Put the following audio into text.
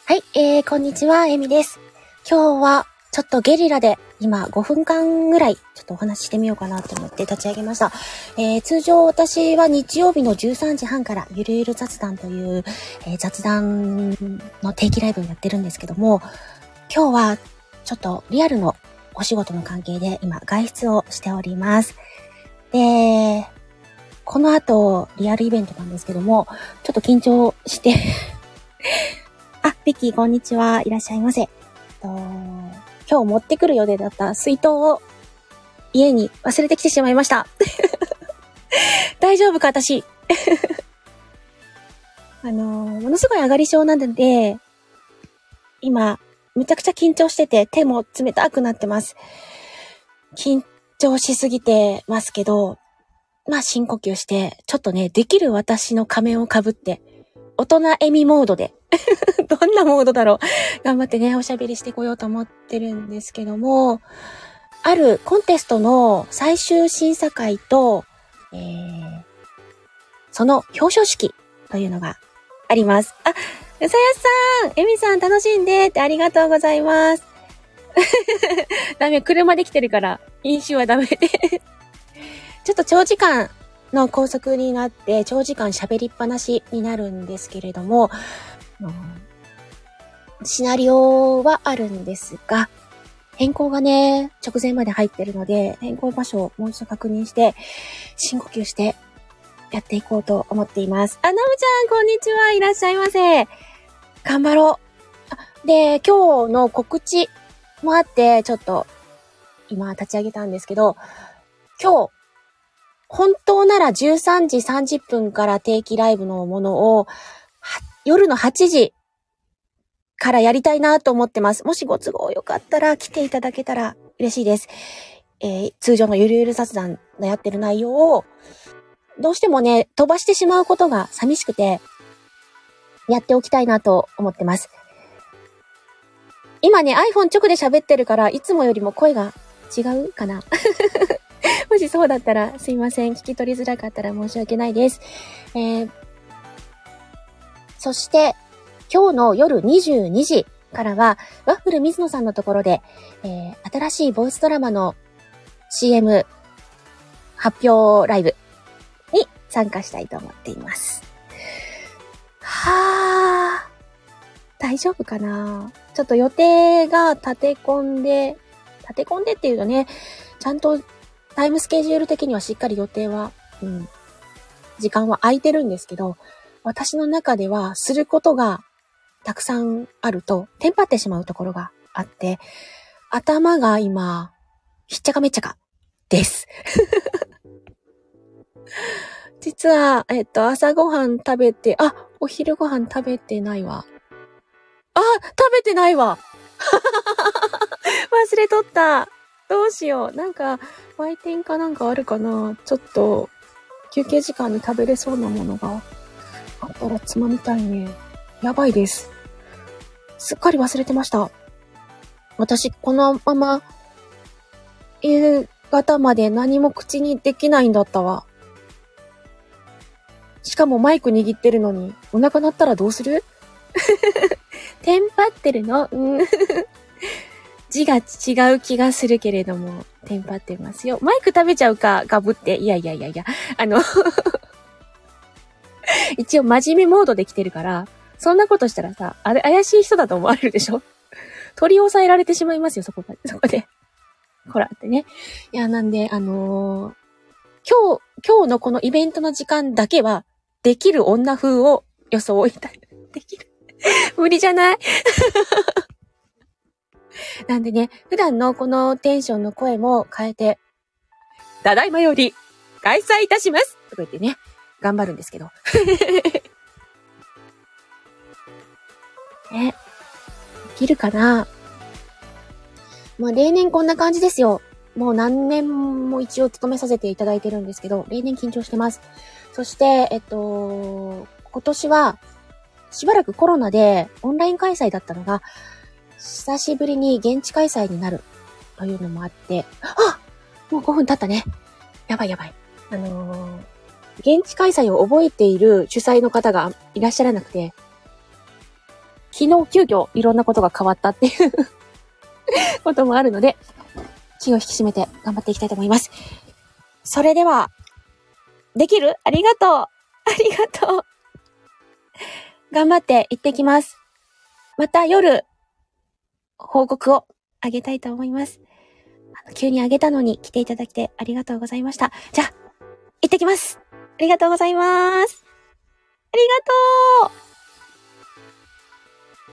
はい、こんにちは、えみです。今日はちょっとゲリラで今5分間ぐらいちょっとお話ししてみようかなと思って立ち上げました。通常私は日曜日の13時半からゆるゆる雑談という、雑談の定期ライブをやってるんですけども、今日はちょっとリアルのお仕事の関係で今外出をしております。で、この後リアルイベントなんですけども、ちょっと緊張してあ、ベッキーこんにちは。いらっしゃいませ。今日持ってくる予定だった水筒を家に忘れてきてしまいました。大丈夫か私。ものすごい上がり症なので、今、むちゃくちゃ緊張してて手も冷たくなってます。緊張しすぎてますけど、まあ深呼吸して、ちょっとね、できる私の仮面をかぶって、大人笑みモードで、どんなモードだろう。頑張ってね、おしゃべりしてこようと思ってるんですけども、あるコンテストの最終審査会と、その表彰式というのがあります。あ、さやさん、えみさん楽しんでってありがとうございます。ダメ、車で来てるから飲酒はダメで。ちょっと長時間の拘束になって長時間喋りっぱなしになるんですけれども、シナリオはあるんですが、変更がね、直前まで入ってるので、変更場所をもう一度確認して、深呼吸してやっていこうと思っています。あ、ナムちゃん、こんにちは。いらっしゃいませ。頑張ろう。で、今日の告知もあって、ちょっと、今立ち上げたんですけど、今日、本当なら13時30分から定期ライブのものを、夜の8時からやりたいなと思ってます。もしご都合よかったら来ていただけたら嬉しいです。通常のゆるゆる雑談のやってる内容を、どうしてもね、飛ばしてしまうことが寂しくて、やっておきたいなと思ってます。今ね、iPhone 直で喋ってるから、いつもよりも声が違うかなもしそうだったらすいません。聞き取りづらかったら申し訳ないです。そして、今日の夜22時からは、ワッフル水野さんのところで、新しいボイスドラマの CM 発表ライブに参加したいと思っています。はぁ、大丈夫かな？ちょっと予定が立て込んでっていうとね、ちゃんとタイムスケジュール的にはしっかり予定は、時間は空いてるんですけど、私の中ではすることがたくさんあるとテンパってしまうところがあって、頭が今ひっちゃかめっちゃかです実は朝ごはん食べて、お昼ごはん食べてないわ。食べてないわ忘れとった。どうしよう。なんか売店かなんかあるかな。ちょっと休憩時間に食べれそうなものがあったらつまみたいね。やばいです。すっかり忘れてました。私、このまま、夕方まで何も口にできないんだったわ。しかもマイク握ってるのに、お腹鳴ったらどうするテンパってるの字が違う気がするけれども、テンパってますよ。マイク食べちゃうか、ガブって。いや。一応真面目モードで来てるから、そんなことしたらさ、あれ怪しい人だと思われるでしょ？取り押さえられてしまいますよ、そこで。ほらってね。いや、なんで、今日のこのイベントの時間だけは、できる女風を装いたい。できる。無理じゃないなんでね、普段のこのテンションの声も変えて、ただいまより開催いたしますとか言ってね、頑張るんですけど。できるかな？まあ例年こんな感じですよ。もう何年も一応務めさせていただいてるんですけど、例年緊張してます。そして、今年はしばらくコロナでオンライン開催だったのが、久しぶりに現地開催になるというのもあって、もう5分経ったね。やばい。現地開催を覚えている主催の方がいらっしゃらなくて、 昨日急遽いろんなことが変わったっていうこともあるので、気を引き締めて頑張っていきたいと思います。それでは、できる？ありがとう。ありがとう。頑張って行ってきます。また夜、報告をあげたいと思います。急にあげたのに来ていただきてありがとうございました。じゃあ、行ってきます。ありがとうございます。ありがとう。